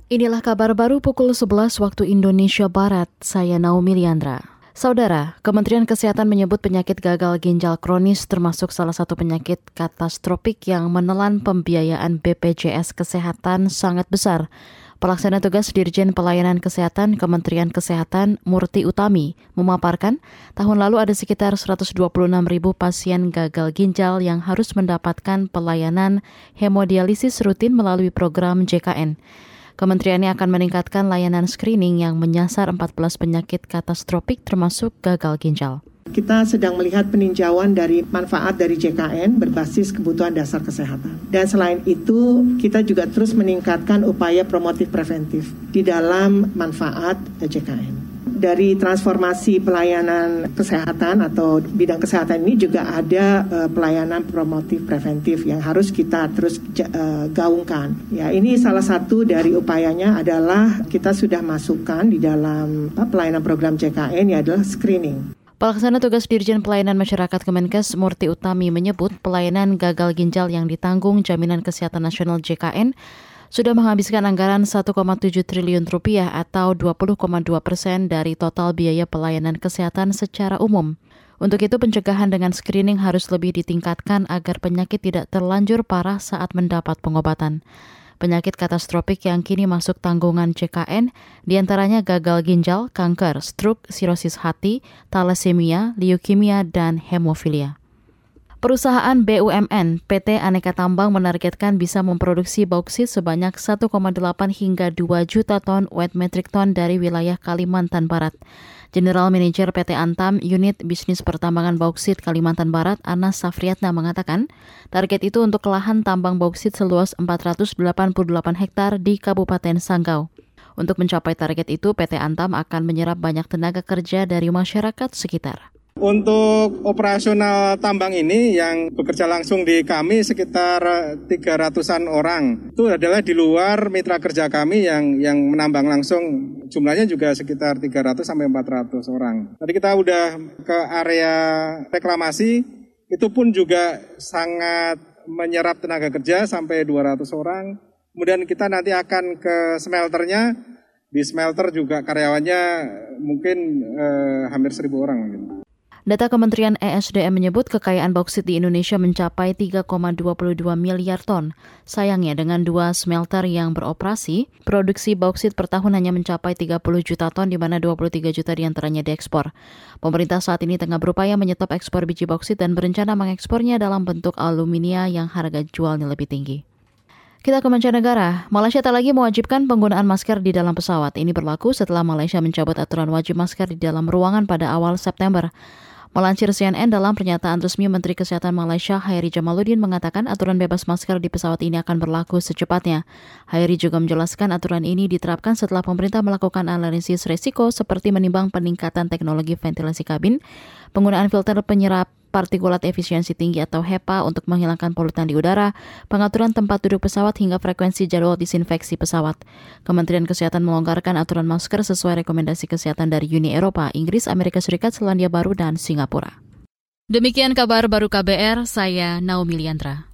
Inilah kabar baru pukul 11 waktu Indonesia Barat, saya Naomi Liandra. Saudara, Kementerian Kesehatan menyebut penyakit gagal ginjal kronis termasuk salah satu penyakit katastropik yang menelan pembiayaan BPJS Kesehatan sangat besar. Pelaksana tugas Dirjen Pelayanan Kesehatan Kementerian Kesehatan Murty Utami memaparkan tahun lalu ada sekitar 126.000 pasien gagal ginjal yang harus mendapatkan pelayanan hemodialisis rutin melalui program JKN. Kementeriannya akan meningkatkan layanan screening yang menyasar 14 penyakit katastropik termasuk gagal ginjal. Kita sedang melihat peninjauan dari manfaat dari JKN berbasis kebutuhan dasar kesehatan. Dan selain itu, kita juga terus meningkatkan upaya promotif preventif di dalam manfaat JKN. Dari transformasi pelayanan kesehatan atau bidang kesehatan ini juga ada pelayanan promotif preventif yang harus kita terus gaungkan. Ya, ini salah satu dari upayanya adalah kita sudah masukkan di dalam pelayanan program JKN ya adalah screening. Pelaksana tugas Dirjen Pelayanan Masyarakat Kemenkes Murty Utami menyebut pelayanan gagal ginjal yang ditanggung Jaminan Kesehatan Nasional JKN sudah menghabiskan anggaran 1,7 triliun rupiah atau 20,2% dari total biaya pelayanan kesehatan secara umum. Untuk itu pencegahan dengan screening harus lebih ditingkatkan agar penyakit tidak terlanjur parah saat mendapat pengobatan. Penyakit katastropik yang kini masuk tanggungan JKN diantaranya gagal ginjal, kanker, stroke, sirosis hati, thalassemia, leukemia, dan hemofilia. Perusahaan BUMN PT Aneka Tambang menargetkan bisa memproduksi bauksit sebanyak 1,8 hingga 2 juta ton wet metric ton dari wilayah Kalimantan Barat. General Manager PT Antam Unit Bisnis Pertambangan Bauksit Kalimantan Barat, Anas Safriatna mengatakan, target itu untuk lahan tambang bauksit seluas 488 hektar di Kabupaten Sanggau. Untuk mencapai target itu, PT Antam akan menyerap banyak tenaga kerja dari masyarakat sekitar. Untuk operasional tambang ini yang bekerja langsung di kami sekitar 300-an orang. Itu adalah di luar mitra kerja kami yang menambang langsung, jumlahnya juga sekitar 300 sampai 400 orang. Tadi kita udah ke area reklamasi, itu pun juga sangat menyerap tenaga kerja sampai 200 orang. Kemudian kita nanti akan ke smelternya, di smelter juga karyawannya mungkin hampir 1.000 orang mungkin. Data Kementerian ESDM menyebut kekayaan bauksit di Indonesia mencapai 3,22 miliar ton. Sayangnya dengan 2 smelter yang beroperasi, produksi bauksit per tahun hanya mencapai 30 juta ton di mana 23 juta diantaranya diekspor. Pemerintah saat ini tengah berupaya menyetop ekspor biji bauksit dan berencana mengekspornya dalam bentuk aluminia yang harga jualnya lebih tinggi. Kita ke mancanegara. Malaysia tak lagi mewajibkan penggunaan masker di dalam pesawat. Ini berlaku setelah Malaysia mencabut aturan wajib masker di dalam ruangan pada awal September. Melansir CNN, dalam pernyataan resmi Menteri Kesehatan Malaysia Hairi Jamaluddin mengatakan aturan bebas masker di pesawat ini akan berlaku secepatnya. Hairi juga menjelaskan aturan ini diterapkan setelah pemerintah melakukan analisis risiko seperti menimbang peningkatan teknologi ventilasi kabin, penggunaan filter penyerap partikulat efisiensi tinggi atau HEPA untuk menghilangkan polutan di udara, pengaturan tempat duduk pesawat hingga frekuensi jadwal disinfeksi pesawat. Kementerian Kesehatan melonggarkan aturan masker sesuai rekomendasi kesehatan dari Uni Eropa, Inggris, Amerika Serikat, Selandia Baru, dan Singapura. Demikian kabar baru KBR, saya Naomi Liandra.